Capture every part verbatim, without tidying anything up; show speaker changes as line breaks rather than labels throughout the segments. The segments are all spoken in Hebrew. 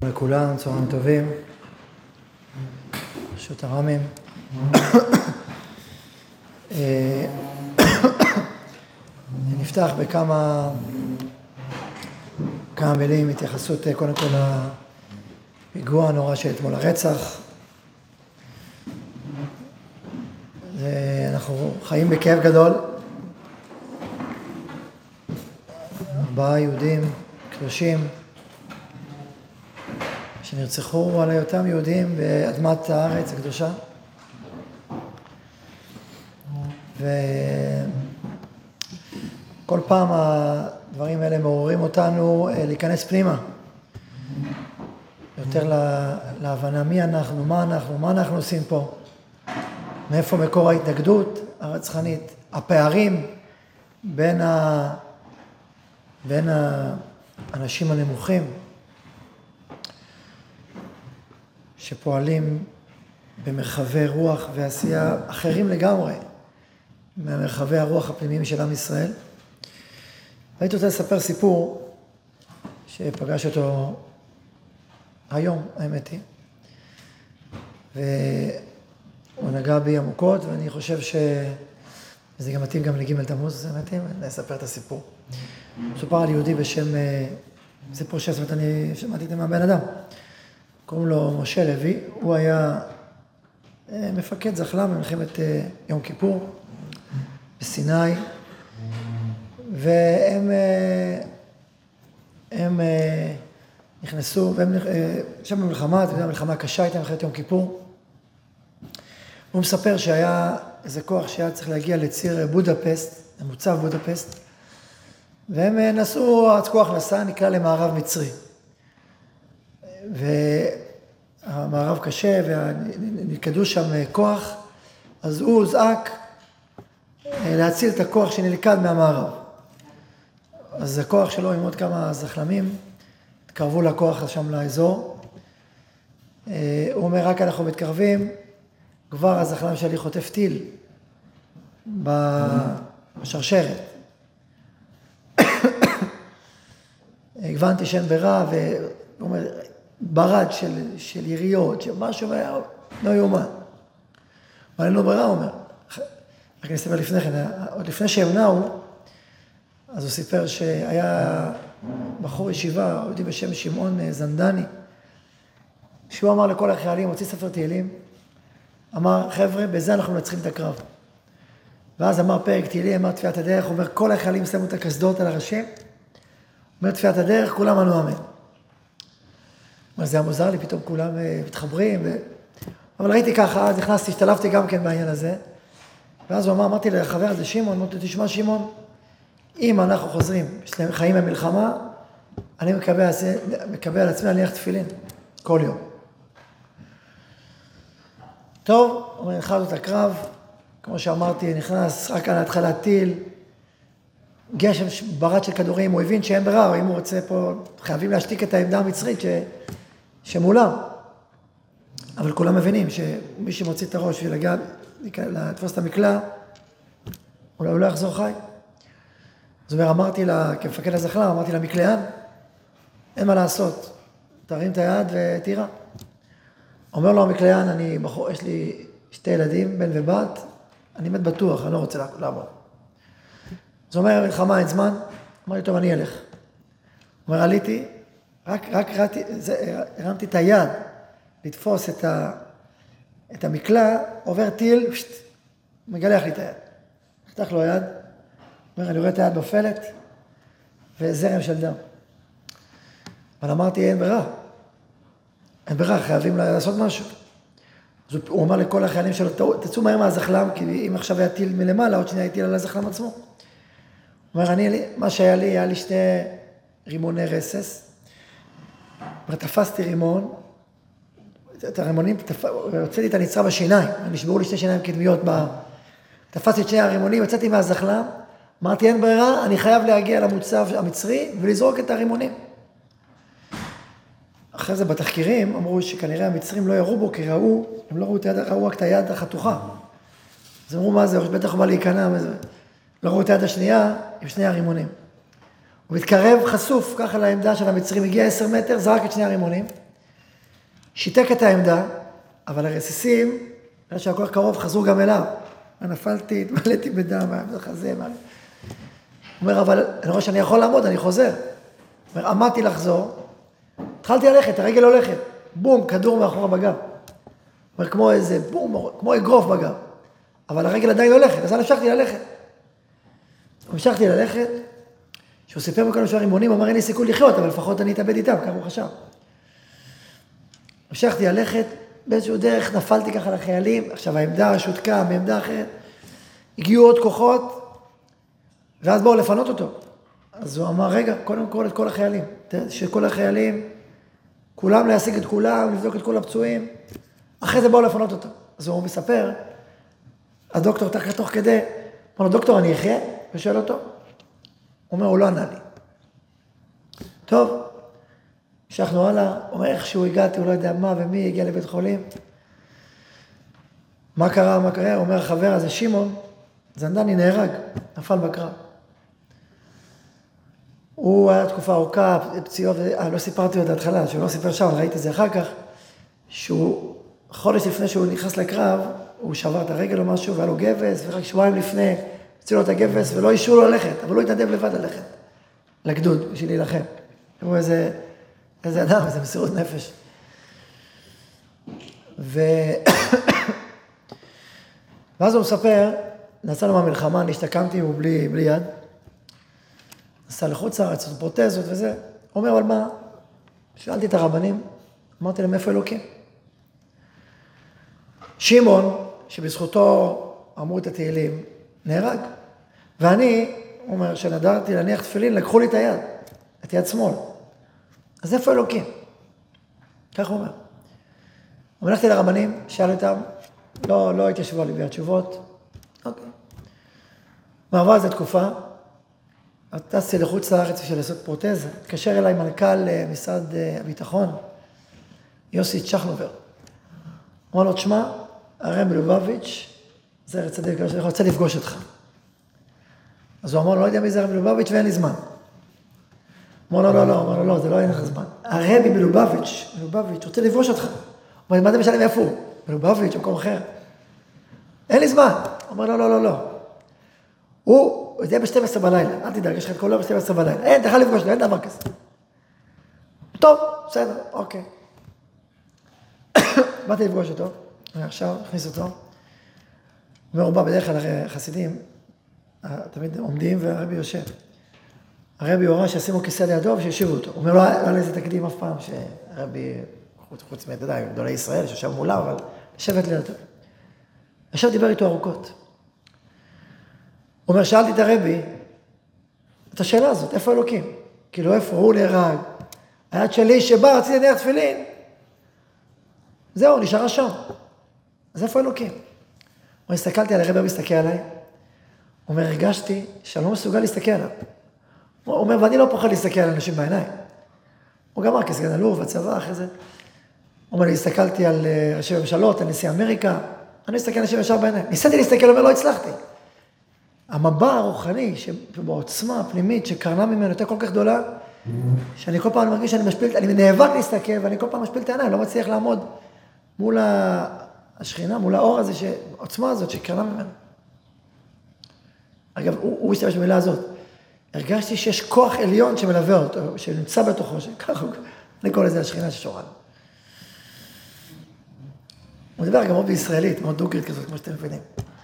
לכולם, צהריים טובים, פשוט הרמים. נפתח בכמה כמה מילים, התייחסות קודם כל לפיגוע הנורא של אתמול, הרצח. אנחנו חיים בכאב גדול. ארבעה יהודים קדושים שנרצחו על היותם יהודים באדמת הארץ הקדושה. וכל פעם הדברים האלה מעוררים אותנו להיכנס פנימה. יותר להבנה מי אנחנו, מה אנחנו, מה אנחנו עושים פה. מאיפה מקור ההתנגדות הרצחנית, הפערים בין, ה... בין האנשים הנמוכים שפועלים במרחבי רוח ועשייה אחרים לגמרי מהמרחבי הרוח הפנימיים של עם ישראל. הייתי רוצה לספר סיפור שפגש אותו היום, האמת היא, והוא נגע בי עמוקות, ואני חושב שזה גם מתאים גם לגימל תמוז, זה מתאים, אני אספר את הסיפור. סופר על יהודי בשם, סיפור שסמת אני שמעתי את זה מהבן אדם, קוראים לו משה לוי, הוא היה מפקד זחל"ם במלחמת יום כיפור בסיני, והם הם נכנסו, והם שם במלחמה, זו מלחמה קשה הייתה מלחמת יום כיפור. הוא מספר שהיה איזה כוח שהיה צריך להגיע לציר בודפסט, למוצב בודפסט, והם נסעו, הכוח נסע, נקרא למערב מצרי. והמערב קשה, ונלכדו שם כוח, אז הוא זעק להציל את הכוח שנלכד מהמערב. אז הכוח שלו עם עוד כמה זחלמים, התקרבו לכוח שם לאזור. הוא אומר, רק אנחנו מתקרבים, כבר הזחלם שלי חוטף טיל בשרשרת. הבנתי שאין ברירה, והוא אומר, ברד של, של יריות, שמשהו לא יאומן. אבל אין לו ברירה, הוא אומר. רק אני אסתבר לפני כן, עוד לפני שהם נעו, אז הוא סיפר שהיה בחור ישיבה, הוא יודע בשם שמעון זנדני, שהוא אמר לכל החיילים, הוציא ספר תהילים, אמר, חבר'ה, בזה אנחנו מנצחים את הקרב. ואז אמר פרק תהילים, אמר תפילת הדרך, הוא אומר, כל החיילים שמו את הקסדות על הראשים, אומר תפילת הדרך, כולם ענו אמן. אבל זה היה מוזר לי, פתאום כולם מתחברים, ו... אבל ראיתי ככה, אז נכנסתי, השתלבתי גם כן בעניין הזה, ואז הוא אמר, אמרתי לחבר הזה, שמעון, אמרתי, תשמע שמעון, אם אנחנו חוזרים, חיים במלחמה, אני מקבל, מקבל על עצמי להניח תפילין, כל יום. טוב, הוא נכנס את הקרב, כמו שאמרתי, נכנס רק על התחלת טיל, גשם ברד של כדורים, הוא הבין שאין ברירה, אם הוא רוצה פה, חייבים להשתיק את העמדה המצרית ש... שמולם. אבל כולם מבינים שמי שמוציא את הראש ולגע, לתפוס את המקלע, אולי הוא לא יחזור חי. זאת אומרת, אמרתי לה, כמפקד הזחל"ם, אמרתי לה, מקלען, אין מה לעשות, תרים את היד ותירה. אומר לו המקלען, אני בחור, יש לי שתי ילדים, בן ובת, אני מת בטוח, אני לא רוצה לעבור. זאת אומרת, מלחמה אין זמן, אמר לי, טוב, אני אלך. אומר, עליתי, רק, רק ראיתי, זה, הרמתי את היד, לתפוס את, ה, את המקלע, עובר טיל, פשט, מגלח לי את היד. חתך לו היד, אומר, אני רואה את היד נופלת, וזרם של דם. אבל אמרתי, אין ברירה. אין ברירה, חייבים לעשות משהו. אז הוא אמר לכל החיילים שלו, תצאו מהר מהזחל"ם, כי אם עכשיו היה טיל מלמעלה, עוד שנייה היה טיל על הזחל"ם עצמו. הוא אומר, אני, מה שהיה לי, היה לי שני רימוני רסס. תפסתי רימון, את הרימונים, הוצאתי את הנצרה בשיניים, נשברו לי שתי שיניים קדמיות, תפסתי את שני הרימונים, יצאתי מהזחל"ם, אמרתי, אין ברירה, אני חייב להגיע למוצב המצרי ולזרוק את הרימונים. אחרי זה בתחקירים אמרו שכנראה המצרים לא יראו בו, כי ראו, הם לא ראו, את היד, ראו רק את היד החתוכה. אז אמרו, מה זה, בטח הוא בא להיכנע, לא ראו את היד השנייה עם שני הרימונים. הוא מתקרב חשוף ככה לעמדה של המצרים, הגיע עשר מטר, זרק את שני הרימונים, שיתק את העמדה, אבל הרסיסים, בגלל שהיה כל כך קרוב, חזרו גם אליו. נפלתי, התמלאתי בדם, חזה, מה... הוא אומר, אבל אני רואה שאני יכול לעמוד, אני חוזר. הוא אומר, עמדתי לחזור, התחלתי ללכת, הרגל הולכת, בום, כדור מאחורה בגב. הוא אומר, כמו איזה בום, כמו אגרוף בגב. אבל הרגל עדיין הולכת, אז אני המשכתי ללכת. המשכתי ללכת, שהוא סיפר מכל משהו רימונים, הוא אומר, אין לי סיכוי לחיות, אבל לפחות אני אתאבד איתם, ככה הוא חשב. המשכתי ללכת, באיזשהו דרך נפלתי ככה לחיילים, עכשיו העמדה שותקה, בעמדה אחרת, הגיעו עוד כוחות, ואז באו לפנות אותו. אז הוא אמר, רגע, קודם כל את כל החיילים, שכל החיילים, כולם להשיג את כולם, לבדוק את כל הפצועים, אחרי זה באו לפנות אותו. אז הוא מספר, הדוקטור תוך כדי, אמר לו, דוקטור, אני אחיה? ושואל אותו. הוא אומר, הוא לא ענה לי. טוב, המשכנו הלאה, הוא אומר, איכשהו הגעתי, הוא לא יודע מה ומי, הגיע לבית חולים. מה קרה, מה קרה? הוא אומר, החבר הזה, שמעון, זנדני נהרג, נפל בקרב. הוא היה תקופה ארוכה, פציעות, אה, לא סיפרתי עוד ההתחלה, שהוא לא סיפר שם, ראיתי את זה אחר כך, שהוא, חודש לפני שהוא נכנס לקרב, הוא שבר את הרגל או משהו, והיה לו גבס, ורק שבועיים לפני, הציעו לו את הגבס, ולא אישרו לו ללכת, אבל הוא התנדב לבד ללכת, לגדוד, בשביל להילחם. תראו איזה, איזה אדם, איזה מסירות נפש. ו... ואז הוא מספר, נסענו מהמלחמה, אני השתקמתי, הוא בלי, בלי יד, נסע לחוץ לארץ, פרוטזות וזה, הוא אומר, אבל מה? שאלתי את הרבנים, אמרתי להם, איפה אלוקים? שמעון, שבזכותו אמרו את התהילים, נהרג. ואני, הוא אומר, שנדרתי להניח תפילין, לקחו לי את היד, את יד שמאל. אז איפה אלוקים? כך הוא אומר. הוא הלכתי לרבנים, שאל אותם, לא, לא התיישבו לי בתשובות. אוקיי. מעבר איזו תקופה, טסתי לחוץ לארץ בשביל לעשות פרוטזה, התקשר אליי מנכ"ל משרד הביטחון, יוסי צ'חנובר. אמר לו, תשמע, הרב מלובביץ', זכר צדיק, אני רוצה לפגוש אותך. אז הוא אמר לו, לא יודע מי זה הרב מלובביץ' ואין לי זמן. אמר לו, לא, לא, אמר לו, לא, זה לא אין לך זמן. הרבי מלובביץ', מלובביץ', רוצה לפגוש אותך. אמר, מה אתה משלם איפה הוא? מלובביץ', במקום אחר. אין לי זמן. אמר, לא, לא, לא, לא. הוא, זה יהיה ב-שתים עשרה בלילה, אל תדאג, יש לך את כל היום ב-שתים עשרה בלילה. אין, תוכל לפגוש, אין דבר כזה. טוב, בסדר, אוקיי. באתי לפגוש אותו, ועכשיו הכניס אותו. אומר, הוא בא בדרך כלל חסידים, תמיד עומדים והרבי יושב. הרבי הורה שישימו כיסא לידו ושישיבו אותו. הוא אומר, לא היה לזה תקדים אף פעם שהרבי, חוץ מאת, אתה יודע, גדולי ישראל, שיושב מולה, אבל ישבת לידו. עכשיו דיבר איתו ארוכות. הוא אומר, שאלתי את הרבי, את השאלה הזאת, איפה אלוקים? כאילו, איפה? הוא נהרג. היד שלי שבא, רציתי להניח תפילין. זהו, נשארה שם. אז איפה אלוקים? הוא הסתכלתי על הרבי, הוא מסתכל עליי. הוא אומר, הרגשתי שאני לא מסוגל להסתכל עליו. הוא אומר, ואני לא פוחד להסתכל על אנשים בעיניים. הוא גמר כסגן אלוף, בצבא, אחרי זה. הוא אומר, אני הסתכלתי על ראשי ממשלות, על נשיא אמריקה. אני מסתכל על אנשים ישר בעיניים. ניסיתי להסתכל, הוא אומר, לא הצלחתי. המבע הרוחני, שבעוצמה הפנימית, שקרנה ממנו יותר כל כך גדולה, שאני כל פעם מרגיש שאני משפיל, אני נאבק להסתכל, ואני כל פעם משפיל את העיניים, לא מצליח לעמוד מול השכינה, מול האור הזה, העוצמה הזאת שקרנה ממנו. אגב, הוא, הוא השתמש במילה הזאת. הרגשתי שיש כוח עליון שמלווה אותו, שנמצא בתוכו, שככה, אני קורא לזה השכינה ששורן. הוא מדבר גם מאוד בישראלית, מאוד דוגרית כזאת, כמו שאתם מבינים.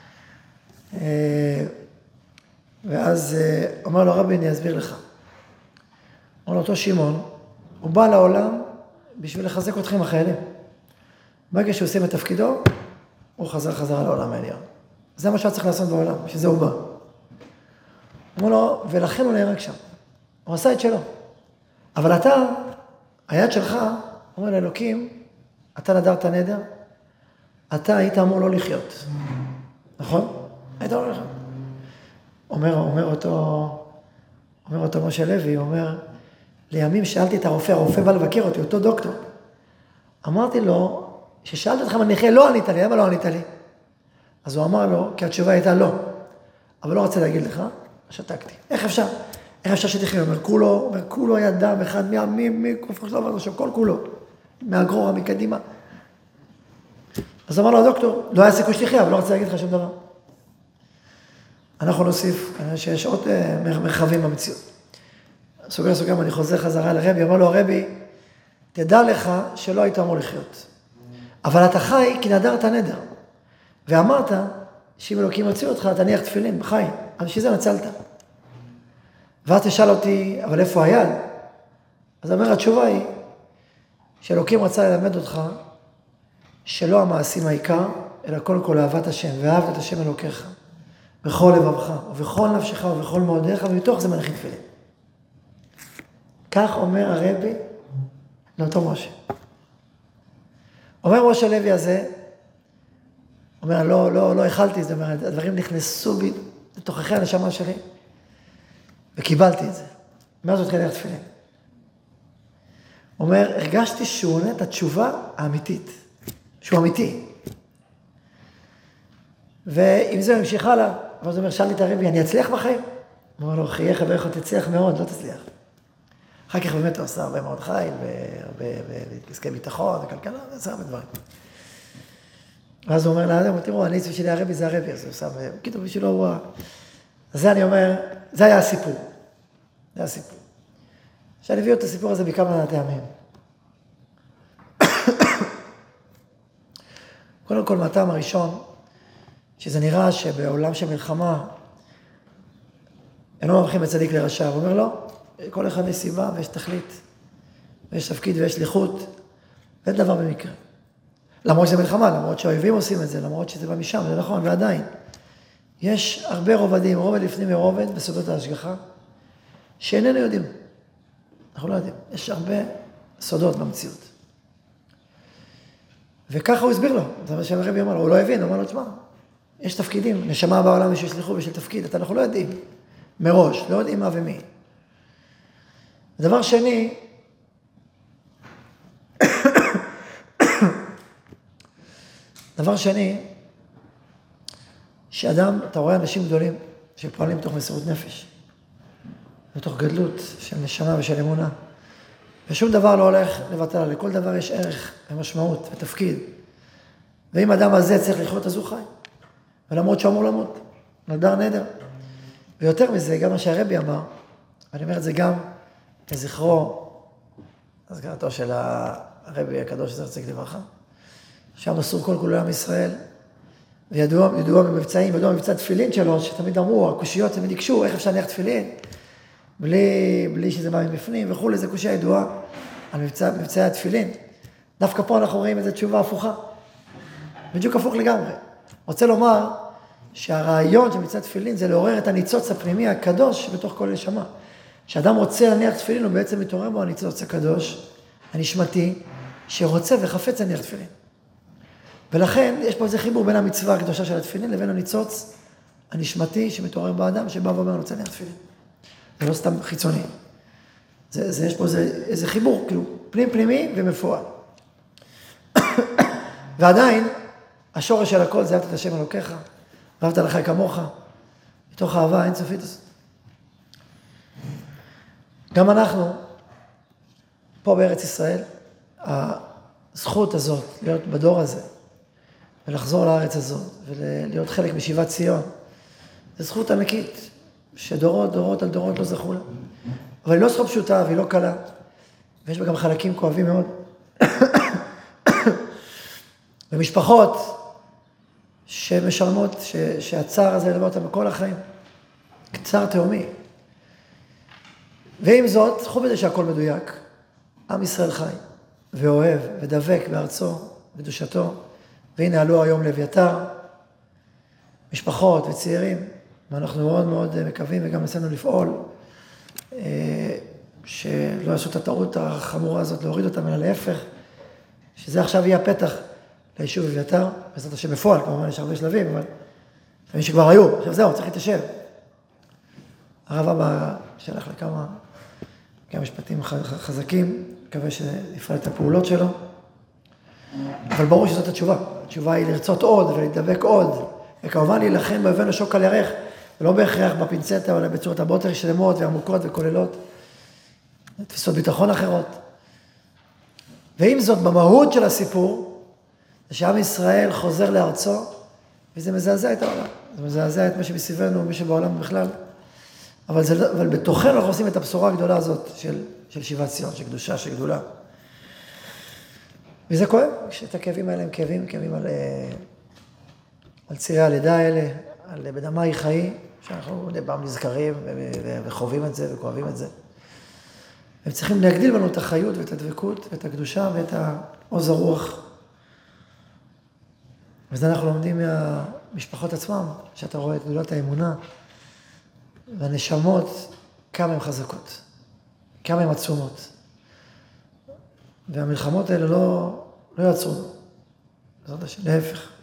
ואז אומר לו, רבי, אני אסביר לך. אומר לו, אותו שמעון, הוא בא לעולם בשביל לחזק אתכם החיילים. ברגע שהוא עושה את תפקידו, הוא חזר חזרה לעולם העליון. זה מה שהיה צריך לעשות בעולם, שזה הוא בא. אומר לו, ולכן הוא נהרג שם. הוא עשה את שלו. אבל אתה, היד שלך, אומר לאלוקים, אתה נדרת נדר, אתה היית אמור לא לחיות. נכון? היית אמור לא לחיות. אומר, אומר אותו, אומר אותו משה לוי, הוא אומר, לימים שאלתי את הרופא, הרופא בא לבקר אותי, אותו דוקטור. אמרתי לו, ששאלתי אותך אם אני נחיה, לא ענית לי, למה לא ענית לי? אז הוא אמר לו, כי התשובה הייתה לא. אבל לא רוצה להגיד לך, שתקתי. איך אפשר? איך אפשר שתחיה? הוא אומר, כולו, אומר, כולו היה דם אחד, מי, מי, מי, כופר שלו, אבל שם, כל כולו. מהגרורה, מקדימה. אז אמר לו הדוקטור, לא היה סיכוי שתחיה, אבל לא רוצה להגיד לך שום דבר. אנחנו נוסיף, כנראה שיש עוד מרחבים במציאות. סוגר סוגר, אני חוזר חזרה לרבי, אמר לו הרבי, תדע לך שלא היית אמור לחיות. אבל אתה חי כי נדרת נדר. ואמרת שאם אלוקים הוציא אותך, תניח תפילין, חי. אז בשביל זה נצלת. ואז תשאל אותי, אבל איפה היד? אז אומר, התשובה היא, שאלוקים רצה ללמד אותך, שלא המעשים העיקר, אלא קודם כל אהבת השם, ואהבת את השם אלוקיך, בכל לבבך, ובכל נפשך, ובכל מאודיך, ומתוך זה מניחים תפילין. כך אומר הרבי לאותו משה. אומר משה לוי הזה, אומר, לא, לא, לא הכלתי, זאת אומרת, הדברים נכנסו בי לתוככי הנשמה שלי, וקיבלתי את זה. מאז עוד כנראה תפילין. אומר, הרגשתי שהוא עונה את התשובה האמיתית, שהוא אמיתי. ועם זה הוא המשיך הלאה, אבל הוא אומר, שאל לי את הרבי, אני אצליח בחיים? הוא אומר לו, חיי חברך תצליח מאוד, לא תצליח. אחר כך באמת הוא עושה הרבה מאוד חייל, והרבה עסקי ביטחון, וכלכלה, ועשה הרבה דברים. ואז הוא אומר לאדם, תראו, אני אצלי שלי הרבי, זה הרבי, אז הוא עושה, וכתוב בשבילו הוא... אז זה אני אומר, זה היה הסיפור. זה היה הסיפור. שאני הביא את הסיפור הזה בכמה טעמים. קודם כל, מהטעם הראשון, שזה נראה שבעולם של מלחמה, אינו מבחין בצדיק לרשע. הוא אומר לו, כל אחד יש סיבה ויש תכלית, ויש תפקיד ויש שליחות, ואין דבר במקרה. למרות שזה מלחמה, למרות שהאויבים עושים את זה, למרות שזה בא משם, זה נכון, ועדיין. יש הרבה רובדים, רובד לפנים ורובד בסודות ההשגחה, שאיננו יודעים. אנחנו לא יודעים. יש הרבה סודות במציאות. וככה הוא הסביר לו. זה מה שהרבי אמר לו, הוא לא הבין, הוא אמר לו, תשמע, יש תפקידים, נשמה בעולם יש שליחות ושל תפקיד, אתה אנחנו לא יודעים מראש, לא יודעים מה ומי. דבר שני, דבר שני, שאדם, אתה רואה אנשים גדולים שפועלים מתוך מסירות נפש, מתוך גדלות של נשמה ושל אמונה, ושום דבר לא הולך לבטל, לכל דבר יש ערך ומשמעות ותפקיד. ואם האדם הזה צריך לחיות, אז הוא חי. ולמרות שאמור למות, נדר נדר. ויותר מזה, גם מה שהרבי אמר, אני אומר את זה גם לזכרו, הזכרתו של הרבי הקדוש זכר צדיק לברכה, שם מסור כל כולו עם ישראל, וידוע ידוע במבצעים, ידוע במבצע תפילין שלו, שתמיד אמרו, הקושיות תמיד יקשו, איך אפשר להניח תפילין, בלי, בלי שזה בא מבפנים וכו', זה קושיה ידועה על מבצע, מבצעי התפילין. דווקא פה אנחנו רואים איזו תשובה הפוכה, בדיוק הפוך לגמרי. רוצה לומר שהרעיון של מבצע תפילין זה לעורר את הניצוץ הפנימי הקדוש בתוך כל נשמה. כשאדם רוצה להניח תפילין, הוא בעצם מתעורר בו הניצוץ הקדוש, הנשמתי, שרוצה וחפץ להניח תפילין. ולכן יש פה איזה חיבור בין המצווה הקדושה של התפילין לבין הניצוץ הנשמתי שמתעורר באדם, שבא ואומר, אני רוצה להניח תפילין. זה לא סתם חיצוני. זה, זה, יש פה איזה, איזה חיבור, כאילו, פנים פנימי ומפועל. ועדיין, השורש של הכל זה אהבת את השם אלוקיך, ואהבת לך כמוך, מתוך אהבה אינסופית. גם אנחנו, פה בארץ ישראל, הזכות הזאת, להיות בדור הזה, ולחזור לארץ הזאת, ולהיות חלק משיבת ציון, זו זכות ענקית, שדורות, דורות על דורות לא זכו לה. אבל היא לא זכות פשוטה, והיא לא קלה, ויש בה גם חלקים כואבים מאוד. ומשפחות שמשלמות, ש, שהצער הזה ילווה אותם בכל החיים. צער תאומי. ועם זאת, זכו בזה שהכל מדויק. עם ישראל חי, ואוהב, ודבק בארצו, בקדושתו. והנה עלו היום לאביתר, משפחות וצעירים, ואנחנו מאוד מאוד מקווים וגם ניסינו לפעול, שלא יעשו את הטעות החמורה הזאת, להוריד אותם, אלא להפך, שזה עכשיו יהיה הפתח ליישוב אביתר, בעזרת השם בפועל, כמובן יש הרבה שלבים, אבל לפעמים שכבר היו, עכשיו זהו, צריך להתיישב. הרב אבא שלח לכמה כמה משפטים חזקים, מקווה שיפעל את הפעולות שלו, אבל ברור שזאת התשובה. התשובה היא לרצות עוד ולהתדבק עוד, וכמובן להילחם באויבינו שוק על ירך, ולא בהכרח בפינצטה, אלא בצורות הרבה יותר שלמות ועמוקות וכוללות, תפיסות ביטחון אחרות. ועם זאת, במהות של הסיפור, זה שעם ישראל חוזר לארצו, וזה מזעזע את העולם. זה מזעזע את מי שמסביבנו, מי שבעולם בכלל. אבל, זה, אבל בתוכנו אנחנו עושים את הבשורה הגדולה הזאת של, של שיבת ציון, של קדושה, של גדולה. וזה כואב, כשאת הכאבים האלה הם כאבים, כאבים על, על צירי הלידה האלה, על בדמי חיי, שאנחנו מדי פעם נזכרים וחווים את זה וכואבים את זה. הם צריכים להגדיל בנו את החיות ואת הדבקות ואת הקדושה ואת העוז הרוח. וזה אנחנו לומדים מהמשפחות עצמם, שאתה רואה את גדולת האמונה, והנשמות, כמה הן חזקות, כמה הן עצומות. והמלחמות האלה לא, לא יעצרו. זאת השם, להפך.